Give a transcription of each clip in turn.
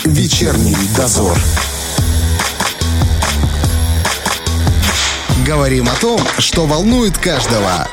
Вечерний дозор. Говорим о том, что волнует каждого.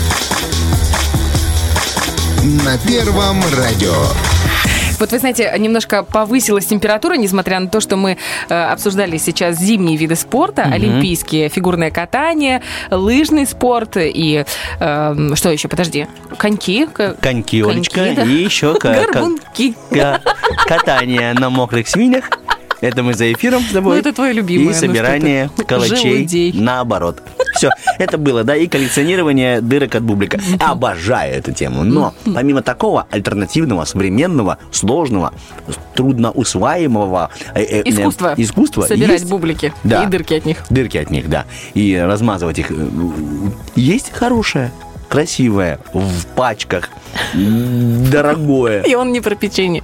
На Первом радио. Вот вы знаете, немножко повысилась температура, несмотря на то, что мы обсуждали сейчас зимние виды спорта, олимпийские, фигурное катание, лыжный спорт и что еще? Подожди, коньки. Коньки, Олечка, да. И еще горбунки. Катание на мокрых свиньях. Это мы за эфиром с тобой. Ну, это твое любимое. И собирание калачей желудей. наоборот. Все, это было, да, и коллекционирование дырок от бублика. Обожаю эту тему. Но помимо такого альтернативного, современного, сложного, трудноусваиваемого искусства собирать есть, бублики, да, и дырки от них. Дырки от них, да. И размазывать их. Есть хорошее, красивое, в пачках, дорогое. И он не про печенье.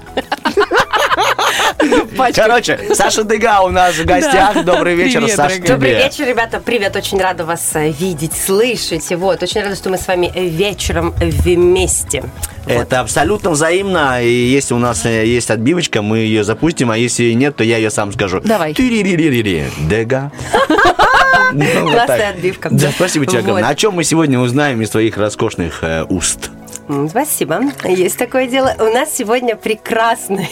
Короче, Саша Дега у нас в гостях. Да. Добрый вечер, Привет, Саша, тебе. Добрый вечер, ребята. Привет, очень рада вас видеть, слышать. Вот, очень рада, что мы с вами вечером вместе. Это абсолютно взаимно. И если у нас есть отбивочка, мы ее запустим, а если нет, то я ее сам скажу. Давай. Дега. Классная отбивка. Да, спасибо тебе огромное. О чем мы сегодня узнаем из твоих роскошных уст? Спасибо. Есть такое дело. У нас сегодня прекрасная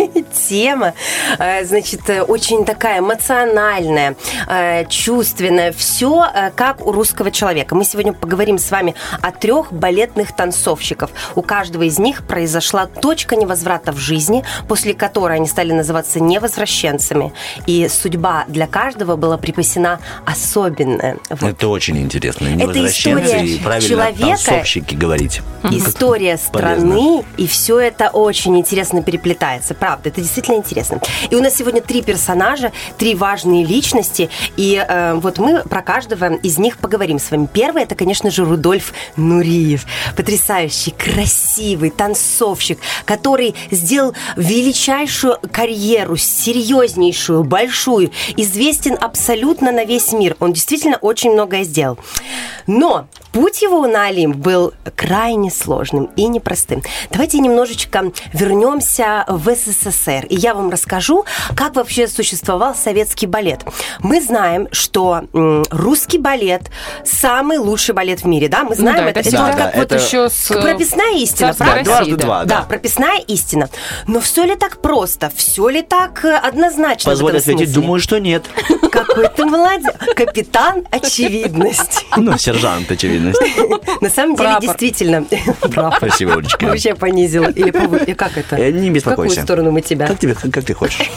тема. Значит, очень такая эмоциональная, чувственная. Все как у русского человека. Мы сегодня поговорим с вами о 3 балетных танцовщиков. У каждого из них произошла точка невозврата в жизни, после которой они стали называться невозвращенцами. И судьба для каждого была припасена особенная. Вот. Это очень интересно. Это история и правильно человека, танцовщики говорить. История страны, и все это очень интересно переплетается. Правда, это действительно интересно. И у нас сегодня 3 персонажа, 3 важные личности, и вот мы про каждого из них поговорим с вами. Первый, это, конечно же, Рудольф Нуриев. Потрясающий, красивый танцовщик, который сделал величайшую карьеру, серьезнейшую, большую, известен абсолютно на весь мир. Он действительно очень многое сделал. Но путь его на Олимп был крайне сложным и непростым. Давайте немножечко вернемся в СССР, и я вам расскажу, как вообще существовал советский балет. Мы знаем, что русский балет самый лучший балет в мире, да? Мы знаем это. Это Вот как вот еще с прописная истина, правда? Дважды два, да, прописная истина. Но все ли так просто? Все ли так однозначно? Позволь ответить, думаю, что нет. Какой ты молодец. Капитан очевидность. Ну, сержант очевидность. На самом деле, действительно. Спасибо, Олечка. Вообще понизила. Или как это? Не беспокойся. В какую сторону мы тебя? Как ты хочешь.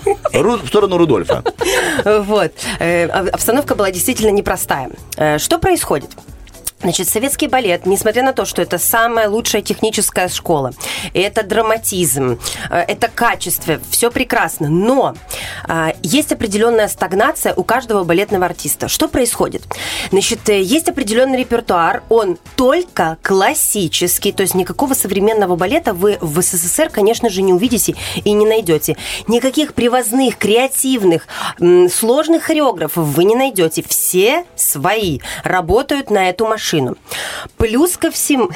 В сторону Рудольфа. Вот. Обстановка была действительно непростая. Что происходит? Значит, советский балет, несмотря на то, что это самая лучшая техническая школа, это драматизм, это качество, все прекрасно, но есть определенная стагнация у каждого балетного артиста. Что происходит? Значит, есть определенный репертуар, он только классический, то есть никакого современного балета вы в СССР, конечно же, не увидите и не найдете. Никаких привозных, креативных, сложных хореографов вы не найдете. Все свои работают на эту машину. Плюс ко всему,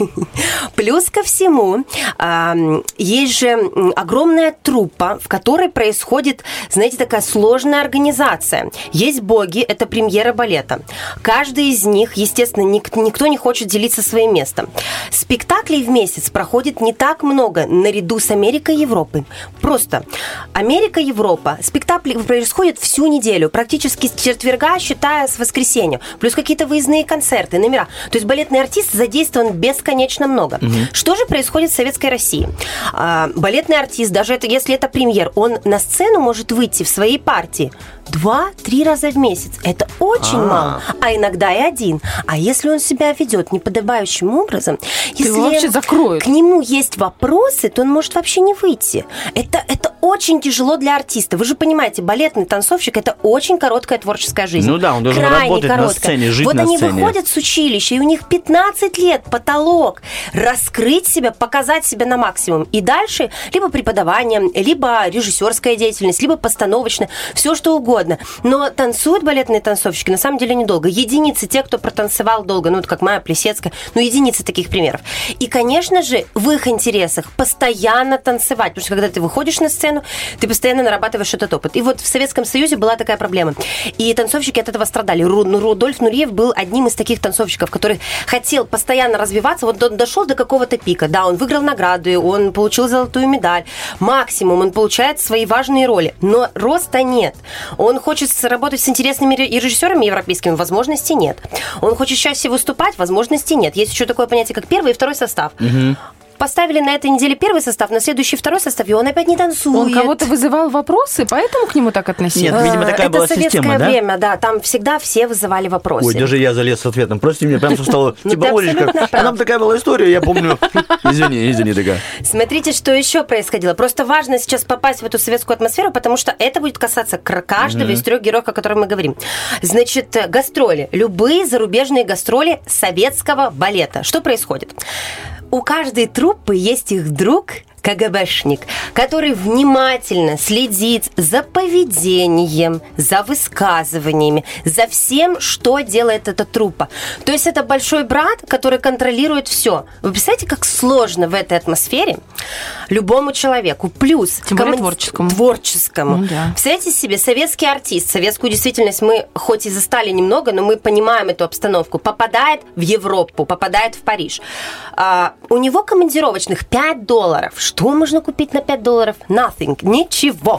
есть же огромная труппа, в которой происходит, знаете, такая сложная организация. Есть боги, это премьера балета. Каждый из них, естественно, никто не хочет делиться своим местом. Спектаклей в месяц проходит не так много наряду с Америкой и Европой. Просто Америка-Европа, спектакли происходят всю неделю, практически с четверга, считая с воскресенья. Плюс какие-то выездные концерты, номера. То есть балетный артист задействован бесконечно много. Что же происходит в Советской России? Балетный артист, даже если это премьер, он на сцену может выйти в своей партии 2-3 раза в месяц. Это очень мало. А иногда и 1. А если он себя ведет неподобающим образом, если вообще закроют. К нему есть вопросы, то он может вообще не выйти. Это очень тяжело для артиста. Вы же понимаете, балетный танцовщик – это очень короткая творческая жизнь. Ну да, он должен крайне работать короткая. на сцене, жить вот на сцене. Вот они выходят с училища, и у них 15 лет потолок. Раскрыть себя, показать себя на максимум. И дальше либо преподавание, либо режиссерская деятельность, либо постановочная, все что угодно. Но танцуют балетные танцовщики на самом деле недолго. Единицы те, кто протанцевал долго, ну вот как Майя Плесецкая, ну единицы таких примеров. И, конечно же, в их интересах постоянно танцевать, потому что когда ты выходишь на сцену, сцену, ты постоянно нарабатываешь этот опыт. И вот в Советском Союзе была такая проблема. И танцовщики от этого страдали. Рудольф Нуриев был одним из таких танцовщиков, который хотел постоянно развиваться. Вот он дошел до какого-то пика. Да, он выиграл награды, он получил золотую медаль. Максимум, он получает свои важные роли. Но роста нет. Он хочет работать с интересными режиссерами европейскими, возможности нет. Он хочет чаще выступать, возможности нет. Есть еще такое понятие, как первый и второй состав. Поставили на этой неделе первый состав, на следующий второй состав, и он опять не танцует. Он кого-то вызывал вопросы, поэтому к нему так относились? Нет, видимо, такая была система, да? Это советское время, да, там всегда все вызывали вопросы. Ой, даже я залез с ответом. Прости меня, прям со стола. Типа, Олечка, а нам такая была история, я помню. Извини, такая. Смотрите, что еще происходило. Просто важно сейчас попасть в эту советскую атмосферу, потому что это будет касаться каждого из 3 героев, о которых мы говорим. Значит, гастроли. Любые зарубежные гастроли советского балета. Что происходит? У каждой труппы есть их друг, КГБшник, который внимательно следит за поведением, за высказываниями, за всем, что делает эта труппа. То есть это большой брат, который контролирует все. Вы представляете, как сложно в этой атмосфере любому человеку. Плюс тем более творческому. Ну, да. Представляете себе, советский артист, советскую действительность мы хоть и застали немного, но мы понимаем эту обстановку, попадает в Европу, попадает в Париж. У него командировочных $5. Что можно купить на $5? Nothing. Ничего.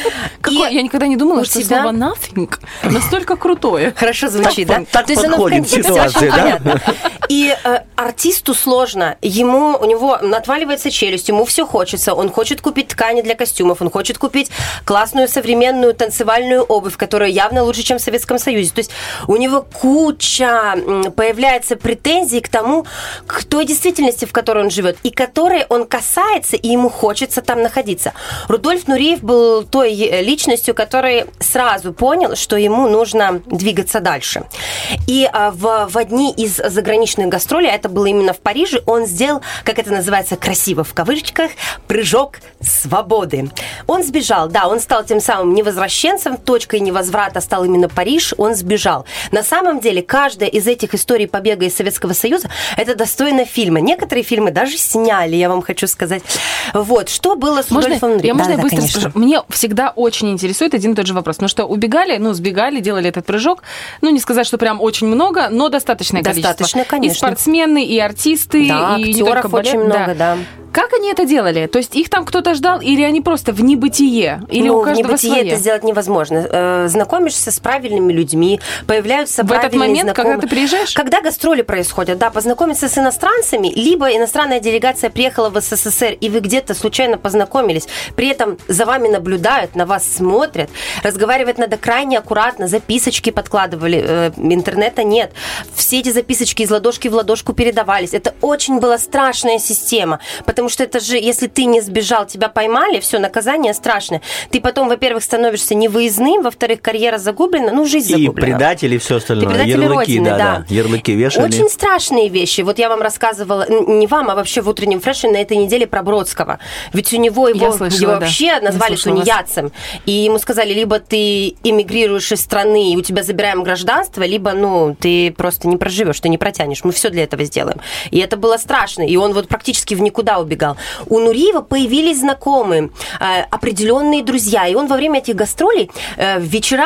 Я никогда не думала, что слово nothing настолько крутое. Хорошо звучит, да? Так подходит к ситуации, да? И артисту сложно. У него отваливается челюсть, ему все хочется. Он хочет купить ткани для костюмов, он хочет купить классную современную танцевальную обувь, которая явно лучше, чем в Советском Союзе. То есть у него куча появляется претензий к тому, к той действительности, в которой он живет, и которой он касается, и ему хочется там находиться. Рудольф Нуриев был той личностью, который сразу понял, что ему нужно двигаться дальше. И в одни из заграничных гастролей, это было именно в Париже, он сделал, как это называется красиво в кавычках, прыжок свободы. Он сбежал, да, он стал тем самым невозвращенцем, точкой невозврата стал именно Париж, он сбежал. На самом деле, каждая из этих историй побега из Советского Союза, это достойно фильма. Некоторые фильмы даже сняли, я вам хочу сказать. Вот, что было с Рудольфом Нуриевым? Можно я быстро скажу? Мне всегда очень интересует один и тот же вопрос. Потому что сбегали, делали этот прыжок. Не сказать, что прям очень много, но достаточное количество. Достаточно, конечно. И спортсмены, и артисты, да, и актеров очень много, да. Как они это делали? То есть их там кто-то ждал, или они просто в небытие? Или у каждого в небытие свои? Это сделать невозможно. Знакомишься с правильными людьми, появляются правильные знакомые. В этот момент, когда ты приезжаешь? Когда гастроли происходят, да, познакомиться с иностранцами, либо иностранная делегация приехала в СССР, и вы где-то случайно познакомились, при этом за вами наблюдают, на вас смотрят. Разговаривать надо крайне аккуратно, записочки подкладывали, интернета нет. Все эти записочки из ладошки в ладошку передавались. Это очень была страшная система, потому что это же, если ты не сбежал, тебя поймали, все, наказание страшное. Ты потом, во-первых, становишься невыездным, во-вторых, карьера загублена, жизнь загублена. И предатели, и все остальное. Предатели ярлыки, Родины, да. Ярлыки вешали. Очень страшные вещи. Вот я вам рассказывала, не вам, а вообще в утреннем фреше на этой неделе про Бродского. Ведь у него его вообще назвали тунеядцем. И ему сказали, либо ты эмигрируешь из страны, и у тебя забираем гражданство, либо, ты просто не проживешь, ты не протянешь. Мы все для этого сделаем. И это было страшно. И он практически в никуда убегал. У Нуриева появились знакомые, определенные друзья. И он во время этих гастролей вечера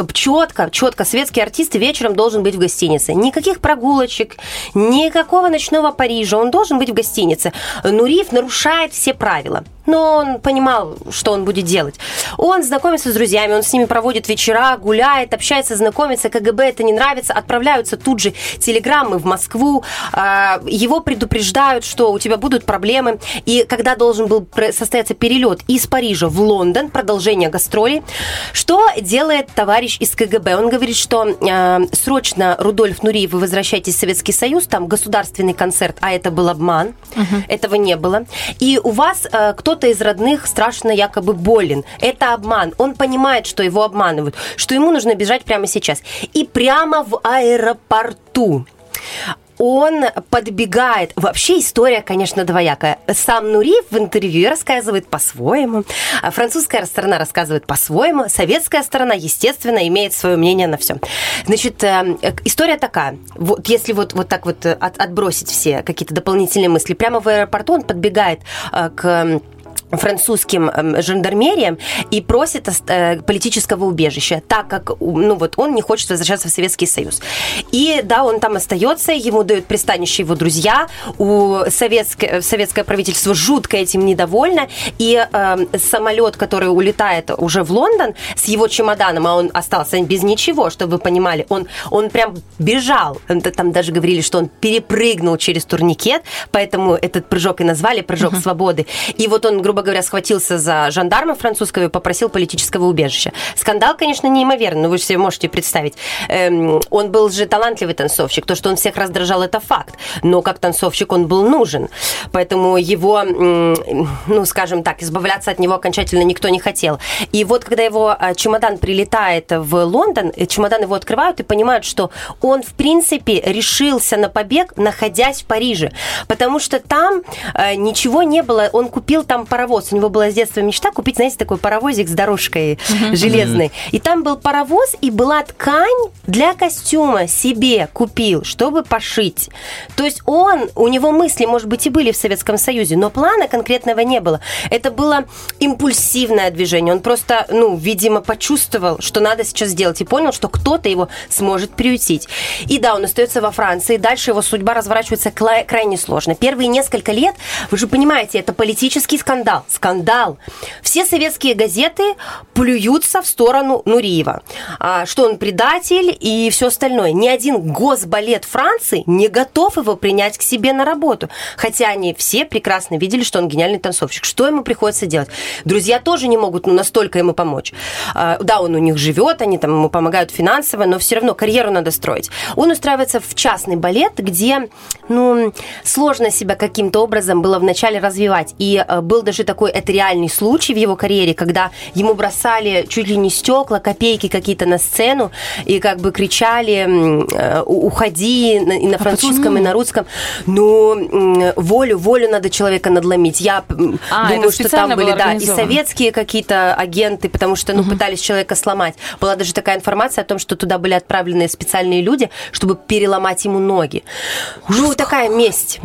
четко советские артисты вечером должен быть в гостинице. Никаких прогулочек, никакого ночного Парижа. Он должен быть в гостинице. Нуриев нарушает все правила. Но он понимал, что он будет делать. Он знакомится с друзьями, он с ними проводит вечера, гуляет, общается, знакомится. КГБ это не нравится, отправляются тут же телеграммы в Москву. Его предупреждают, что у тебя будут проблемы. И когда должен был состояться перелет из Парижа в Лондон, продолжение гастролей, что делает товарищ из КГБ? Он говорит, что срочно, Рудольф Нуриев, вы возвращаетесь в Советский Союз, там государственный концерт, а это был обман. Этого не было. И у вас кто-то из родных страшно якобы болен. Это обман. Он понимает, что его обманывают, что ему нужно бежать прямо сейчас. И прямо в аэропорту он подбегает. Вообще история, конечно, двоякая. Сам Нуриев в интервью рассказывает по-своему. Французская сторона рассказывает по-своему. Советская сторона, естественно, имеет свое мнение на все. Значит, история такая. Вот если вот так отбросить все какие-то дополнительные мысли, прямо в аэропорту он подбегает к французским жандармериям и просит политического убежища, так как он не хочет возвращаться в Советский Союз. И да, он там остается, ему дают пристанище его друзья, советское правительство жутко этим недовольно, и самолет, который улетает уже в Лондон с его чемоданом, а он остался без ничего, чтобы вы понимали, он прям бежал, там даже говорили, что он перепрыгнул через турникет, поэтому этот прыжок и назвали «Прыжок свободы». И вот он, грубо говоря, схватился за жандарма французского и попросил политического убежища. Скандал, конечно, неимоверный, но вы же себе можете представить. Он был же талантливый танцовщик. То, что он всех раздражал, это факт. Но как танцовщик он был нужен. Поэтому его, скажем так, избавляться от него окончательно никто не хотел. И вот, когда его чемодан прилетает в Лондон, чемодан его открывают и понимают, что он, в принципе, решился на побег, находясь в Париже. Потому что там ничего не было. Он купил там паровоз. У него была с детства мечта купить, знаете, такой паровозик с дорожкой железной. И там был паровоз, и была ткань для костюма себе купил, чтобы пошить. То есть у него мысли, может быть, и были в Советском Союзе, но плана конкретного не было. Это было импульсивное движение. Он просто, видимо, почувствовал, что надо сейчас сделать, и понял, что кто-то его сможет приютить. И да, он остается во Франции. Дальше его судьба разворачивается крайне сложно. Первые несколько лет, вы же понимаете, это политический скандал. Все советские газеты плюются в сторону Нуриева, что он предатель и все остальное. Ни один госбалет Франции не готов его принять к себе на работу. Хотя они все прекрасно видели, что он гениальный танцовщик. Что ему приходится делать? Друзья тоже не могут настолько ему помочь. Да, он у них живет, они там ему помогают финансово, но все равно карьеру надо строить. Он устраивается в частный балет, где, сложно себя каким-то образом было вначале развивать. И был даже такой, это реальный случай в его карьере, когда ему бросали чуть ли не стекла, копейки какие-то на сцену, и как бы кричали «Уходи!» и на французском, и на русском. Волю надо человека надломить. Я думаю, что там были, и советские какие-то агенты, потому что, пытались человека сломать. Была даже такая информация о том, что туда были отправлены специальные люди, чтобы переломать ему ноги. Такая месть.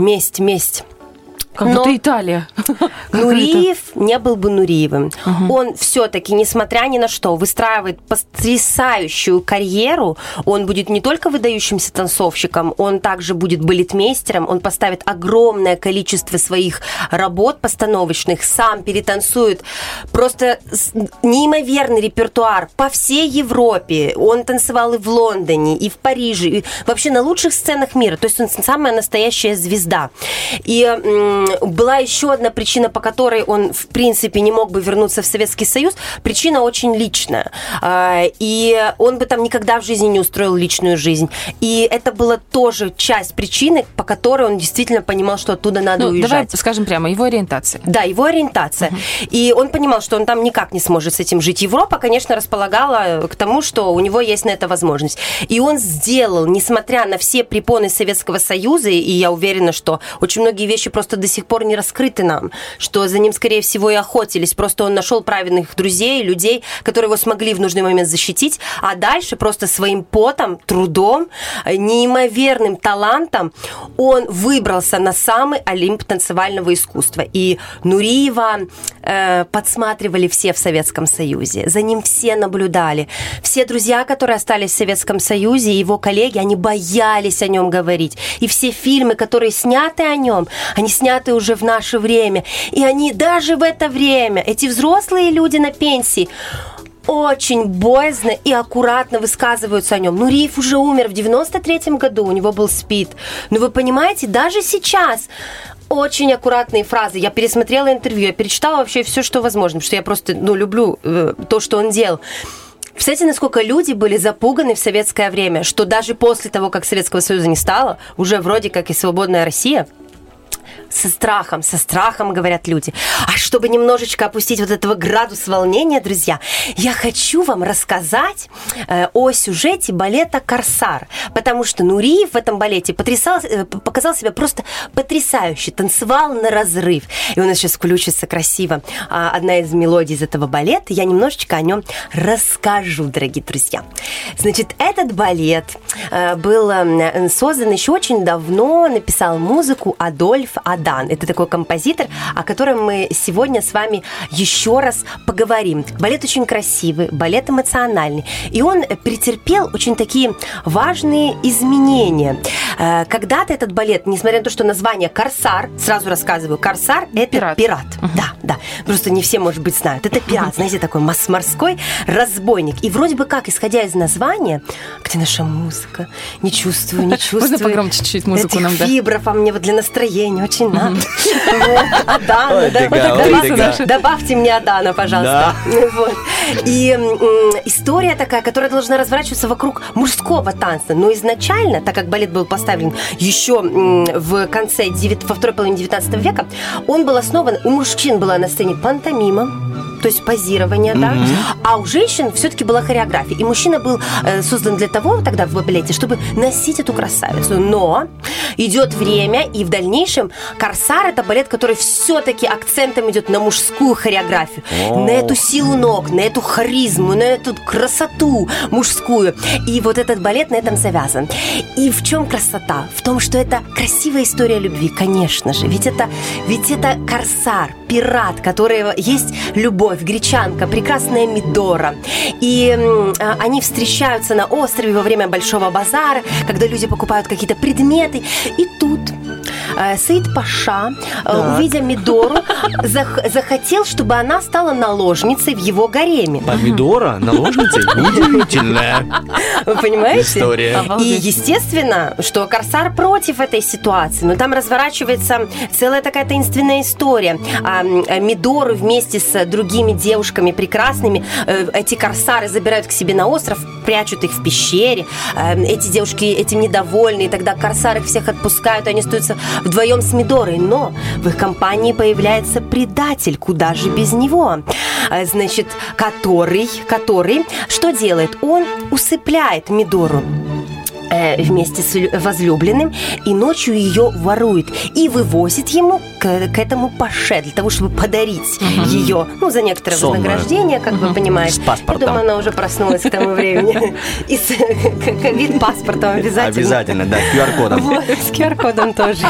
Как будто Италия. Нуриев не был бы Нуриевым. Он все-таки, несмотря ни на что, выстраивает потрясающую карьеру. Он будет не только выдающимся танцовщиком, он также будет балетмейстером. Он поставит огромное количество своих работ постановочных, сам перетанцует просто неимоверный репертуар по всей Европе. Он танцевал и в Лондоне, и в Париже, и вообще на лучших сценах мира. То есть он самая настоящая звезда. И была еще одна причина, по которой он, в принципе, не мог бы вернуться в Советский Союз. Причина очень личная. И он бы там никогда в жизни не устроил личную жизнь. И это была тоже часть причины, по которой он действительно понимал, что оттуда надо уезжать. Давай скажем прямо, его ориентация. Да, его ориентация. И он понимал, что он там никак не сможет с этим жить. Европа, конечно, располагала к тому, что у него есть на это возможность. И он сделал, несмотря на все препоны Советского Союза, и я уверена, что очень многие вещи просто до сих пор не раскрыты нам, что за ним, скорее всего, и охотились. Просто он нашел правильных друзей, людей, которые его смогли в нужный момент защитить, а дальше просто своим потом, трудом, неимоверным талантом он выбрался на самый Олимп танцевального искусства. И Нуриева подсматривали все в Советском Союзе, за ним все наблюдали. Все друзья, которые остались в Советском Союзе, его коллеги, они боялись о нем говорить. И все фильмы, которые сняты о нем, они сняты уже в наше время. И они даже в это время, эти взрослые люди на пенсии, очень боязно и аккуратно высказываются о нем. Нуриев уже умер в 93-м году, у него был СПИД. Но вы понимаете, даже сейчас очень аккуратные фразы. Я пересмотрела интервью, я перечитала вообще все, что возможно, потому что я просто люблю то, что он делал. Представляете, насколько люди были запуганы в советское время, что даже после того, как Советского Союза не стало, уже вроде как и свободная Россия, со страхом, говорят люди. А чтобы немножечко опустить вот этого градуса волнения, друзья, я хочу вам рассказать о сюжете балета «Корсар», потому что Нуриев в этом балете показал себя просто потрясающе, танцевал на разрыв. И у нас сейчас включится красиво одна из мелодий из этого балета. Я немножечко о нем расскажу, дорогие друзья. Значит, этот балет был создан еще очень давно, написал музыку Адольф Адамс. Адан. Это такой композитор, о котором мы сегодня с вами еще раз поговорим. Балет очень красивый, балет эмоциональный. И он претерпел очень такие важные изменения. Когда-то этот балет, несмотря на то, что название «Корсар», сразу рассказываю, «Корсар» – это пират. Да. Просто не все, может быть, знают. Это пират, знаете, такой морской разбойник. И вроде бы как, исходя из названия, где наша музыка? Не чувствую. Можно погромче чуть-чуть музыку этих нам, да? фибров, а мне вот для настроения очень надо. Адана, добавьте мне Адана, пожалуйста. И история такая, которая должна разворачиваться вокруг мужского танца. Но изначально, так как балет был поставлен еще в конце, во второй половине 19 века, он был основан, у мужчин была на сцене пантомима, то есть позирование, да, а у женщин все-таки была хореография. И мужчина был создан для того, тогда в балете, чтобы носить эту красавицу. Но идет время, и в дальнейшем «Корсар» — это балет, который все-таки акцентом идет на мужскую хореографию, на эту силу ног, на эту харизму, на эту красоту мужскую. И вот этот балет на этом завязан. И в чем красота? В том, что это красивая история любви, конечно же. Ведь это корсар, пират, которого есть любовь, гречанка, прекрасная Мидора. И они встречаются на острове во время Большого базара, когда люди покупают какие-то предметы. И тут Саид Паша, увидя Мидору, захотел, чтобы она стала наложницей в его гареме. Помидора? Наложницей? Удивительная. Вы понимаете? История. И естественно, что Корсар против этой ситуации. Но там разворачивается целая такая таинственная история. Мидору вместе с другими девушками прекрасными эти корсары забирают к себе на остров, прячут их в пещере. Эти девушки этим недовольны, и тогда корсары их всех отпускают, и они остаются вдвоем с Мидорой. Но в их компании появляется предатель, куда же без него? Значит, который что делает? Он усыпляет Мидору вместе с возлюбленным и ночью ее ворует и вывозит ему к этому паше для того, чтобы подарить ее, за некоторое вознаграждение, как вы понимаете. С паспортом. Я думаю, она уже проснулась к тому времени. И с ковид-паспортом обязательно. Обязательно, да, с QR-кодом. Вот, с QR-кодом тоже.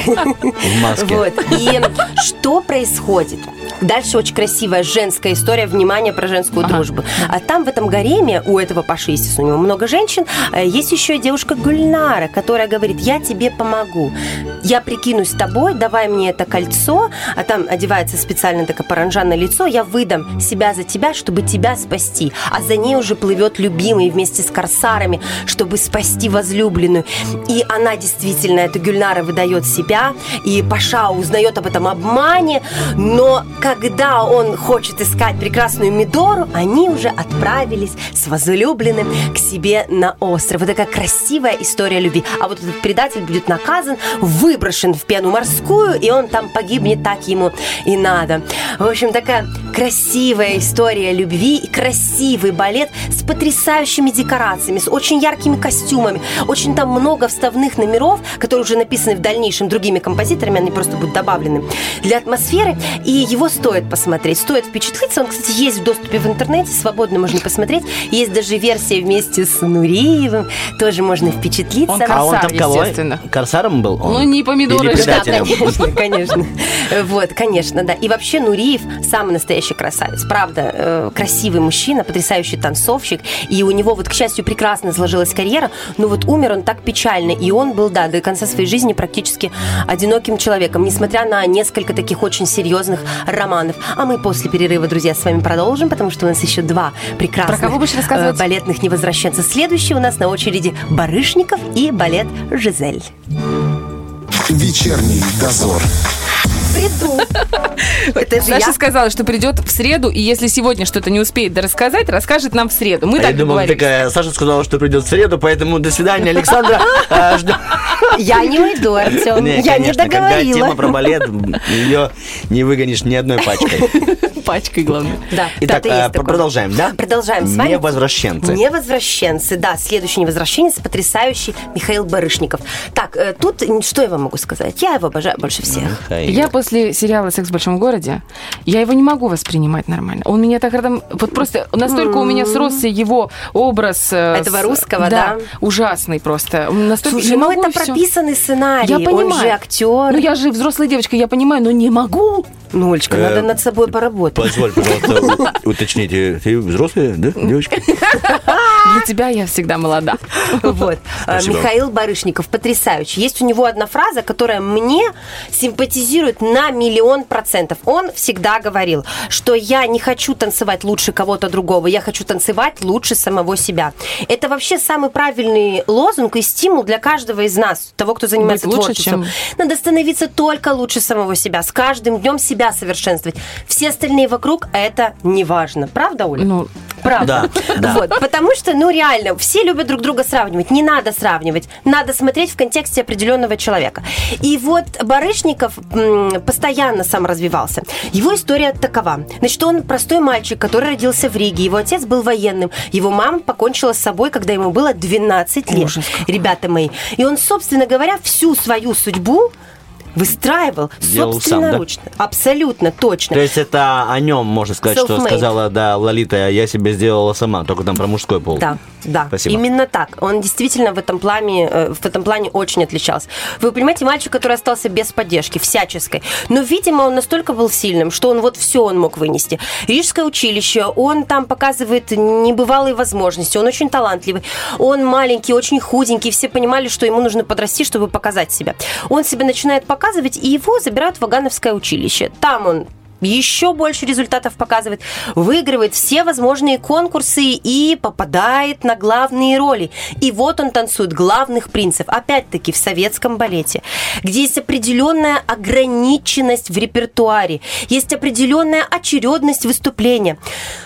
В маске. Вот. И что происходит? Дальше очень красивая женская история, внимание про женскую дружбу. А там в этом гареме у этого паши, естественно, у него много женщин, есть еще девушка Гульнара, которая говорит: я тебе помогу, я прикинусь тобой, давай мне это кольцо, а там одевается специально такое паранжанное лицо, я выдам себя за тебя, чтобы тебя спасти. А за ней уже плывет любимый вместе с корсарами, чтобы спасти возлюбленную. И она действительно, эта Гульнара, выдает себя, и паша узнает об этом обмане, но когда он хочет искать прекрасную Мидору, они уже отправились с возлюбленным к себе на остров. Вот такая красивая история любви. А вот этот предатель будет наказан, выброшен в пену морскую, и он там погибнет, так ему и надо. В общем, такая красивая история любви и красивый балет с потрясающими декорациями, с очень яркими костюмами. Очень там много вставных номеров, которые уже написаны в дальнейшем другими композиторами, они просто будут добавлены для атмосферы. И его стоит посмотреть, стоит впечатлиться. Он, кстати, есть в доступе в интернете, свободно можно посмотреть. Есть даже версия вместе с Нуриевым, тоже можно впечатлиться. Он корсар, естественно. Корсаром был он? Ну, не помидоры. Или предателем? Да, конечно. Вот, конечно, да. И вообще Нуриев самый настоящий красавец. Правда, красивый мужчина, потрясающий танцовщик. И у него, вот, к счастью, прекрасно сложилась карьера. Но вот умер он так печально. И он был, да, до конца своей жизни практически одиноким человеком, несмотря на несколько таких очень серьезных романов. А мы после перерыва, друзья, с вами продолжим, потому что у нас еще два прекрасных балетных невозвращенца. Следующий у нас на очереди Барышников и балет «Жизель». Вечерний дозор. Приду. Саша сказала, что придет в среду, и если сегодня что-то не успеет рассказать, расскажет нам в среду. Мы так договорились. Саша сказала, что придет в среду, поэтому до свидания, Александра. Я не уйду, Артем. Я не договорила. Когда тема про балет, ее не выгонишь ни одной пачкой. Пачкой, главное. Да. Итак, продолжаем, да? Продолжаем с вами. Невозвращенцы. Невозвращенцы, да. Следующий невозвращенец — потрясающий Михаил Барышников. Так, тут что я вам могу сказать? Я его обожаю больше всех. Я после сериала «Секс в большом городе», я его не могу воспринимать нормально. Он меня так рядом... Вот просто настолько у меня сросся его образ... Этого русского, да? Ужасный просто. Настолько... Слушай, ну это про написанный сценарий. Я понимаю. Он же актер. Ну, я же взрослая девочка, я понимаю, но не могу. Ну, Олечка, надо над собой поработать. Позволь, пожалуйста, уточните. Ты взрослая, да, девочка? Для тебя я всегда молода. Вот. Спасибо. Михаил Барышников, потрясающий. Есть у него одна фраза, которая мне симпатизирует на 1000000%. Он всегда говорил, что я не хочу танцевать лучше кого-то другого, я хочу танцевать лучше самого себя. Это вообще самый правильный лозунг и стимул для каждого из нас, того, кто занимается Быть лучше, творчеством. чем- Надо становиться только лучше самого себя, с каждым днем себя совершенствовать. Все остальные вокруг это не важно. Правда, Оля? Ну, Правда. Да. Вот, потому что, ну, реально, все любят друг друга сравнивать. Не надо сравнивать. Надо смотреть в контексте определенного человека. И вот Барышников постоянно сам развивался. Его история такова. Значит, он простой мальчик, который родился в Риге. Его отец был военным. Его мама покончила с собой, когда ему было 12 лет. Ужас какой. Ребята мои. И он, собственно говоря, всю свою судьбу выстраивал Делал сам, собственноручно. Абсолютно точно. То есть это о нем, можно сказать, что Self-made. сказала, да, Лолита, я себе сделала сама, только там про мужской пол. Да, да. Спасибо. Именно так. Он действительно в этом плане очень отличался. Вы понимаете, мальчик, который остался без поддержки, всяческой. Но, видимо, он настолько был сильным, что он вот все он мог вынести. Рижское училище, он там показывает небывалые возможности, он очень талантливый, он маленький, очень худенький, все понимали, что ему нужно подрасти, чтобы показать себя. Он себя начинает показывать, и его забирают в Вагановское училище. Там он еще больше результатов показывает, выигрывает все возможные конкурсы и попадает на главные роли. И вот он танцует главных принцев, опять-таки в советском балете, где есть определенная ограниченность в репертуаре, есть определенная очередность выступления.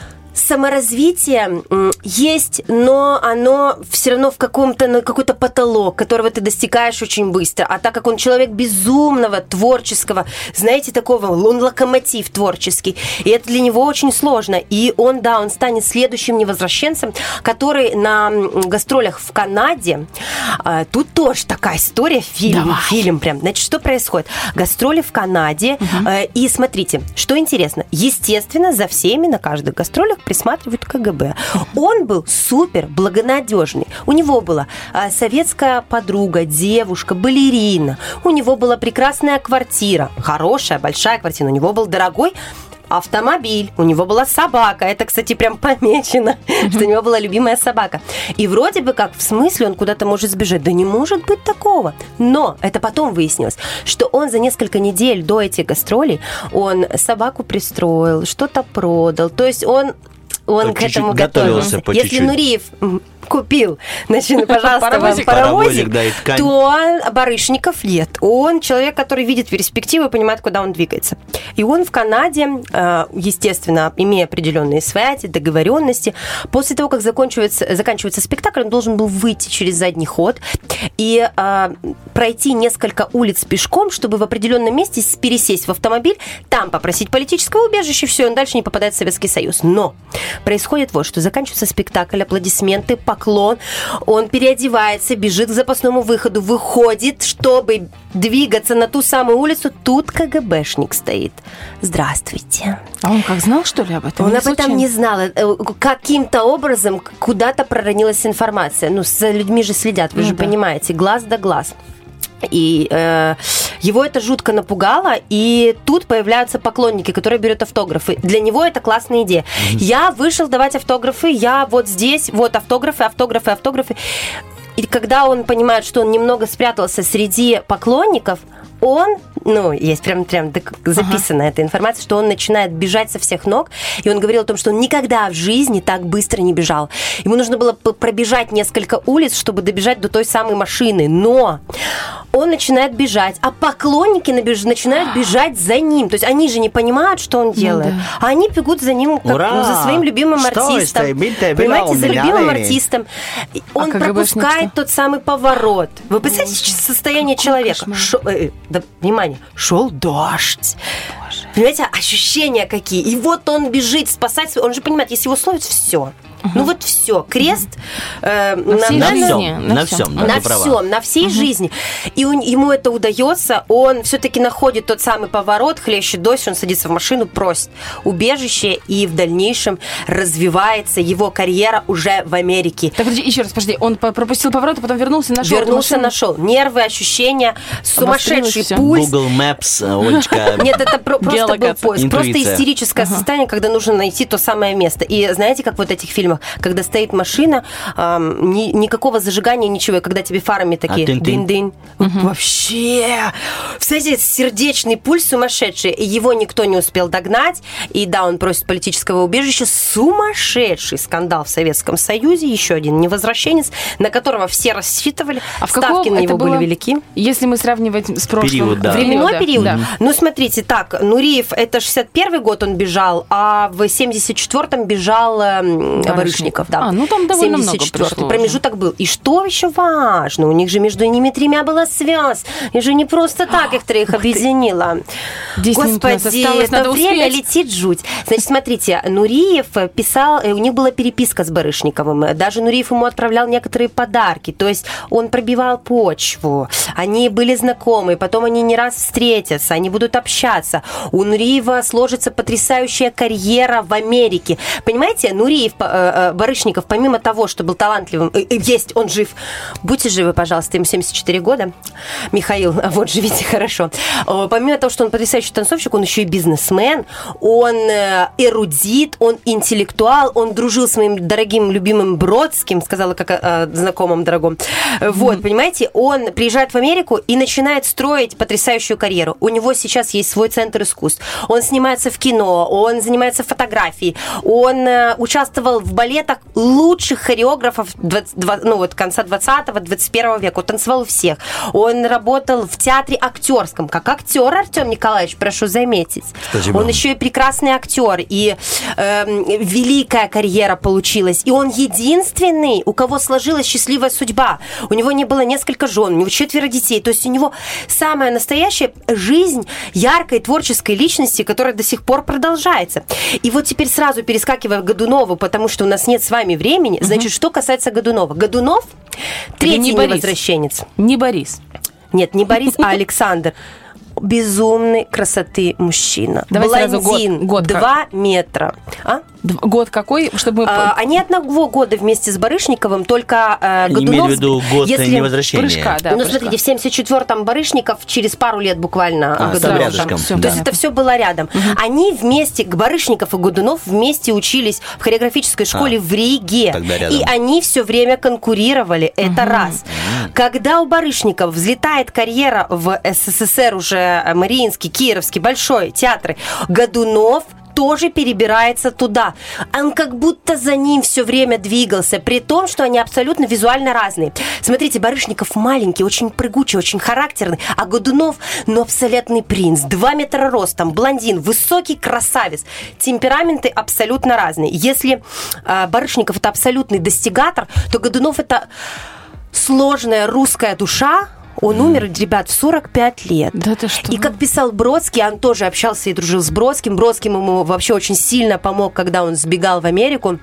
Саморазвитие есть, но оно все равно в какой-то потолок, которого ты достигаешь очень быстро. А так как он человек безумного, творческого, знаете, такого, он локомотив творческий, и это для него очень сложно. И он станет следующим невозвращенцем, который на гастролях в Канаде, тут тоже такая история, фильм прям. Значит, что происходит? Гастроли в Канаде, и смотрите, что интересно, естественно, за всеми на каждых гастролях присматривают КГБ. Он был супер благонадежный. У него была советская подруга, девушка, балерина. У него была прекрасная квартира. Хорошая, большая квартира. У него был дорогой автомобиль, у него была собака. Это, кстати, прям помечено, что у него была любимая собака. И вроде бы как, в смысле, он куда-то может сбежать. Да не может быть такого. Но это потом выяснилось, что он за несколько недель до этих гастролей, он собаку пристроил, что-то продал. То есть он к этому готовился. по Если чуть-чуть. Нуриев купил, значит, пожалуйста, Паровозик. Паровозик, да, и ткань. то Барышников нет. Он человек, который видит перспективы и понимает, куда он двигается. И он в Канаде, естественно, имея определенные связи, договоренности, после того, как заканчивается спектакль, он должен был выйти через задний ход и пройти несколько улиц пешком, чтобы в определенном месте пересесть в автомобиль, там попросить политического убежища, все, он дальше не попадает в Советский Союз. Но происходит вот что. Заканчивается спектакль, аплодисменты, поклон, он переодевается, бежит к запасному выходу, выходит, чтобы двигаться на ту самую улицу. Тут КГБшник стоит. Здравствуйте. А он как знал, что ли, об этом? Он Или об этом случайно? не знал. Каким-то образом куда-то проронилась информация. Ну, за людьми же следят, вы же да. понимаете, глаз да глаз. И его это жутко напугало, и тут появляются поклонники, которые берут автографы. Для него это классная идея. Я вышел давать автографы, я вот здесь, вот автографы. И когда он понимает, что он немного спрятался среди поклонников, он, есть прям записана эта информация, что он начинает бежать со всех ног, и он говорил о том, что он никогда в жизни так быстро не бежал. Ему нужно было пробежать несколько улиц, чтобы добежать до той самой машины, но он начинает бежать, а поклонники начинают бежать за ним. То есть они же не понимают, что он делает, а они бегут за ним, как, Ура! за своим любимым Что артистом. это? Битая Понимаете, за была у любимым меня, артистом. Он КГБшник пропускает что? тот самый поворот. Вы представляете состояние человека? Внимание, шел дождь. Понимаете, ощущения какие. И вот он бежит спасать, он же понимает, если его словят, все. Ну вот все, крест На всей жизни. На всем. на всем, на всей жизни. И ему это удается, он все-таки находит тот самый поворот, хлещет дождь, он садится в машину, просит убежище, и в дальнейшем развивается его карьера уже в Америке. Так, подожди, еще раз, подожди, он пропустил поворот, а потом вернулся, нашел эту машину? Нашел. Нервы, ощущения, сумасшедший всё. пульс. Google Maps, Олечка. Нет, это просто был Геолокация. поиск. Просто Интуиция. истерическое состояние, когда нужно найти то самое место. И знаете, как вот в этих фильмах, когда стоит машина, никакого зажигания, ничего, и когда тебе фарами такие дынь-дынь. Вообще! Кстати, сердечный пульс сумасшедший. И его никто не успел догнать. И да, он просит политического убежища. Сумасшедший скандал в Советском Союзе. Еще один невозвращенец, на которого все рассчитывали. А в ставки каком на него это было, были велики. Если мы сравнивать с прошлым Период, да. Временной период? Да. Ну, смотрите, так, Нуриев, это 61-й год он бежал, а в 74-м бежал Барышников, да. Ну там довольно много 74-й пришло промежуток был. И что еще важно, у них же между ними тремя была связь. И же не просто так их троих объединила. 10 минут у нас Господи, осталось, это надо время успеть. летит жуть. Значит, смотрите, Нуриев писал, у них была переписка с Барышниковым. Даже Нуриев ему отправлял некоторые подарки. То есть он пробивал почву. Они были знакомы, потом они не раз встретятся, они будут общаться. У Нуриева сложится потрясающая карьера в Америке. Понимаете, Нуриев, Барышников, помимо того, что был талантливым, есть, он жив. Будьте живы, пожалуйста, ему 74 года. Михаил, вот живите хорошо. Помимо того, что он потрясающий танцовщик, он еще и бизнесмен, он эрудит, он интеллектуал, он дружил с моим дорогим, любимым Бродским, сказала как о знакомом дорогом. Вот, понимаете, он приезжает в Америку и начинает строить потрясающую карьеру. У него сейчас есть свой центр искусств. Он снимается в кино, он занимается фотографией, он участвовал в балетах лучших хореографов конца 20-го, 21 века. Он танцевал у всех. Он работал в театре актерском, как актер, Артем Николаевич, прошу заметить. Спасибо. Он еще и прекрасный актер, и великая карьера получилась. И он единственный, у кого сложилась счастливая судьба. У него не было несколько жен, у него 4 детей. То есть у него самая настоящая жизнь яркой творческой личности, которая до сих пор продолжается. И вот теперь сразу перескакивая к Годунову, потому что у нас нет с вами времени, значит, что касается Годунова. Годунов третий невозвращенец. Не Борис. Нет, не Борис, а Александр. Безумной красоты мужчина. Давай сразу Блондин, год 2 метра. А? Год какой, чтобы... Они 1 года вместе с Барышниковым, только Годунов... Имею в виду год невозвращения. Прыжка, да, Ну, смотрите, в 74-м Барышников через пару лет буквально Годунов. там рядышком. Всё, То есть это все было рядом. Они вместе, Барышников и Годунов вместе учились в хореографической школе в Риге. Тогда рядом. И они все время конкурировали. Это раз. Когда у Барышникова взлетает карьера в СССР, уже Мариинский, Кировский, Большой театры, Годунов тоже перебирается туда. Он как будто за ним все время двигался, при том, что они абсолютно визуально разные. Смотрите, Барышников маленький, очень прыгучий, очень характерный, а Годунов, абсолютный принц, 2 метра ростом, блондин, высокий красавец. Темпераменты абсолютно разные. Если Барышников это абсолютный достигатор, то Годунов это сложная русская душа. Он умер, ребят, в 45 лет. Да ты что? И как писал Бродский, он тоже общался и дружил с Бродским. Бродским ему вообще очень сильно помог, когда он сбегал в Америку.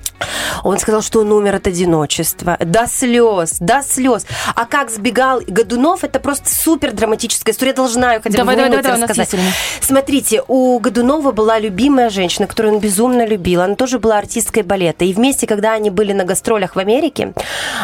Он сказал, что он умер от одиночества. До слез, до слез. А как сбегал Годунов, это просто супер драматическая история. Я должна ее хотя бы в минуте рассказать. Смотрите, у Годунова была любимая женщина, которую он безумно любил. Она тоже была артисткой балета. И вместе, когда они были на гастролях в Америке,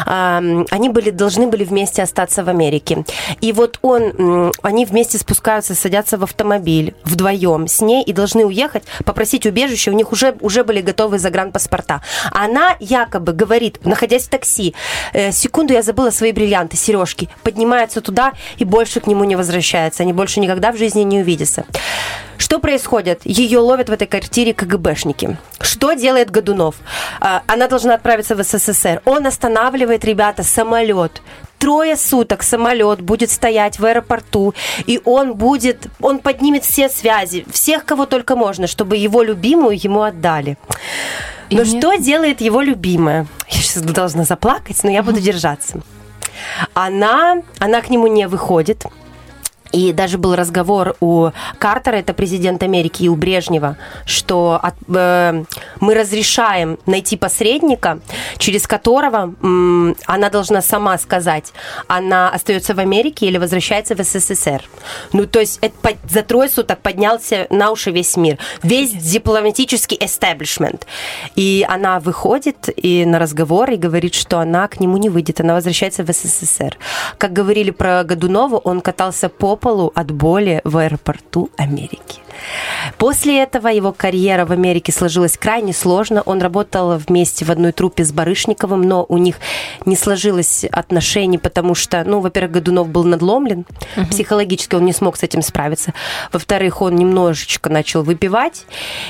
они должны были вместе остаться в Америке. И вот они вместе спускаются, садятся в автомобиль вдвоем с ней и должны уехать, попросить убежище. У них уже были готовы загранпаспорта. Она якобы говорит, находясь в такси, секунду, я забыла свои бриллианты, сережки, поднимается туда и больше к нему не возвращается. Они больше никогда в жизни не увидятся. Что происходит? Ее ловят в этой квартире КГБшники. Что делает Годунов? Она должна отправиться в СССР. Он останавливает, ребята, самолет. 3 суток самолет будет стоять в аэропорту, и он поднимет все связи, всех, кого только можно, чтобы его любимую ему отдали. Но что делает его любимая? Я сейчас должна заплакать, но я буду держаться. Она к нему не выходит. И даже был разговор у Картера, это президент Америки, и у Брежнева, что мы разрешаем найти посредника, через которого она должна сама сказать, она остается в Америке или возвращается в СССР. Ну, то есть это за 3 суток поднялся на уши весь мир, весь дипломатический эстаблишмент. И она выходит и на разговор и говорит, что она к нему не выйдет, она возвращается в СССР. Как говорили про Годунова, он катался по полу от боли в аэропорту Америки. После этого его карьера в Америке сложилась крайне сложно. Он работал вместе в одной труппе с Барышниковым, но у них не сложилось отношений, потому что, ну, во-первых, Годунов был надломлен, психологически он не смог с этим справиться. Во-вторых, он немножечко начал выпивать,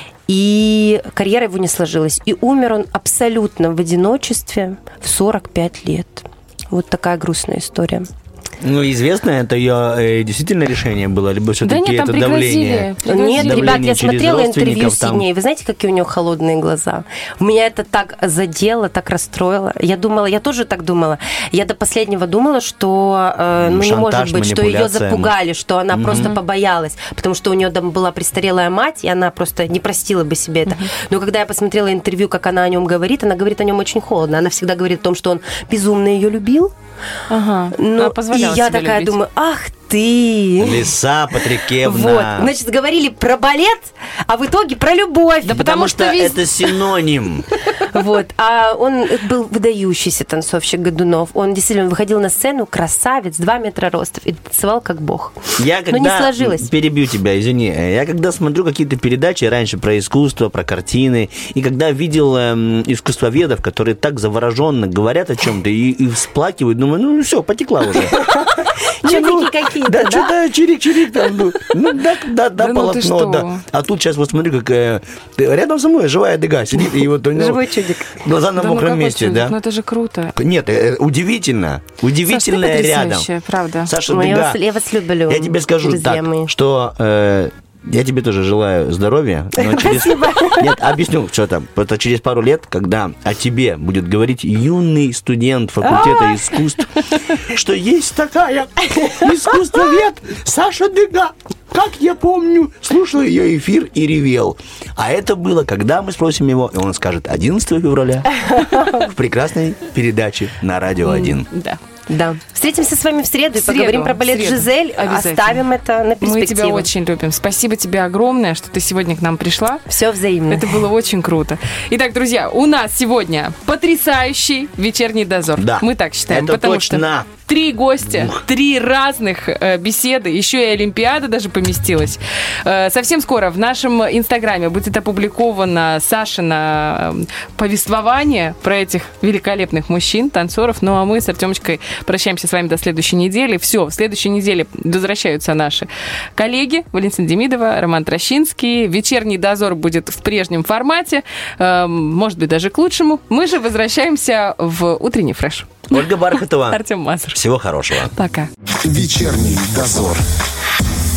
и карьера его не сложилась. И умер он абсолютно в одиночестве в 45 лет. Вот такая грустная история. Ну, известно, это ее действительно решение было, либо все-таки это давление? Нет, давление ребят, я смотрела интервью с там. ней. Вы знаете, какие у нее холодные глаза? Меня это так задело, так расстроило. Я тоже так думала. Я до последнего думала, что не может быть, что ее запугали, что она просто побоялась, потому что у нее там была престарелая мать, и она просто не простила бы себе это. Но когда я посмотрела интервью, как она о нем говорит, она говорит о нем очень холодно. Она всегда говорит о том, что он безумно ее любил. Ага. Ну, и я такая любить. думаю, ах ты! Лиса Патрикевна. Вот, значит, говорили про балет, а в итоге про любовь. Да потому что это синоним. Вот, а он был выдающийся танцовщик Годунов. Он действительно выходил на сцену, красавец, 2 метра роста, и танцевал как бог. Но не сложилось. Перебью тебя, извини. Я когда смотрю какие-то передачи раньше про искусство, про картины, и когда видел искусствоведов, которые так завороженно говорят о чем-то и всплакивают, думаю, ну все, потекла уже. Чудики какие-то, да? Что-то чирик-чирик там, да, полотно, да. А тут сейчас вот смотрю, как рядом со мной живая дега сидит, и вот у него живой чудик. Глаза на мокром месте, да? Ну это же круто. Нет, удивительно. Удивительное рядом. Правда. Саша Дега. Я вас люблю. Я тебе скажу так, что я тебе тоже желаю здоровья. Спасибо. Нет, объясню, что там. Это через пару лет, когда о тебе будет говорить юный студент факультета искусств, что есть такая искусствовед Саша Дега. Как я помню, слушал ее эфир и ревел. А это было, когда мы спросим его, и он скажет 11 февраля в прекрасной передаче на Радио 1. Да. Да. Встретимся с вами в среду и поговорим про балет «Жизель». Оставим это на перспективу. Мы тебя очень любим. Спасибо тебе огромное, что ты сегодня к нам пришла. Все взаимно. Это было очень круто. Итак, друзья, у нас сегодня потрясающий вечерний дозор. Да. Мы так считаем. Это потому точно. Что 3 гостя, 3 разных беседы, еще и Олимпиада даже поместилась. Совсем скоро в нашем Инстаграме будет опубликовано Сашино повествование про этих великолепных мужчин, танцоров. Ну а мы с Артемочкой прощаемся с вами до следующей недели. Все, в следующей неделе возвращаются наши коллеги Валентина Демидова, Роман Трощинский. Вечерний дозор будет в прежнем формате, может быть, даже к лучшему. Мы же возвращаемся в утренний фреш. Ольга Бархатова. Артем Мазур. Всего хорошего. Пока. Вечерний дозор.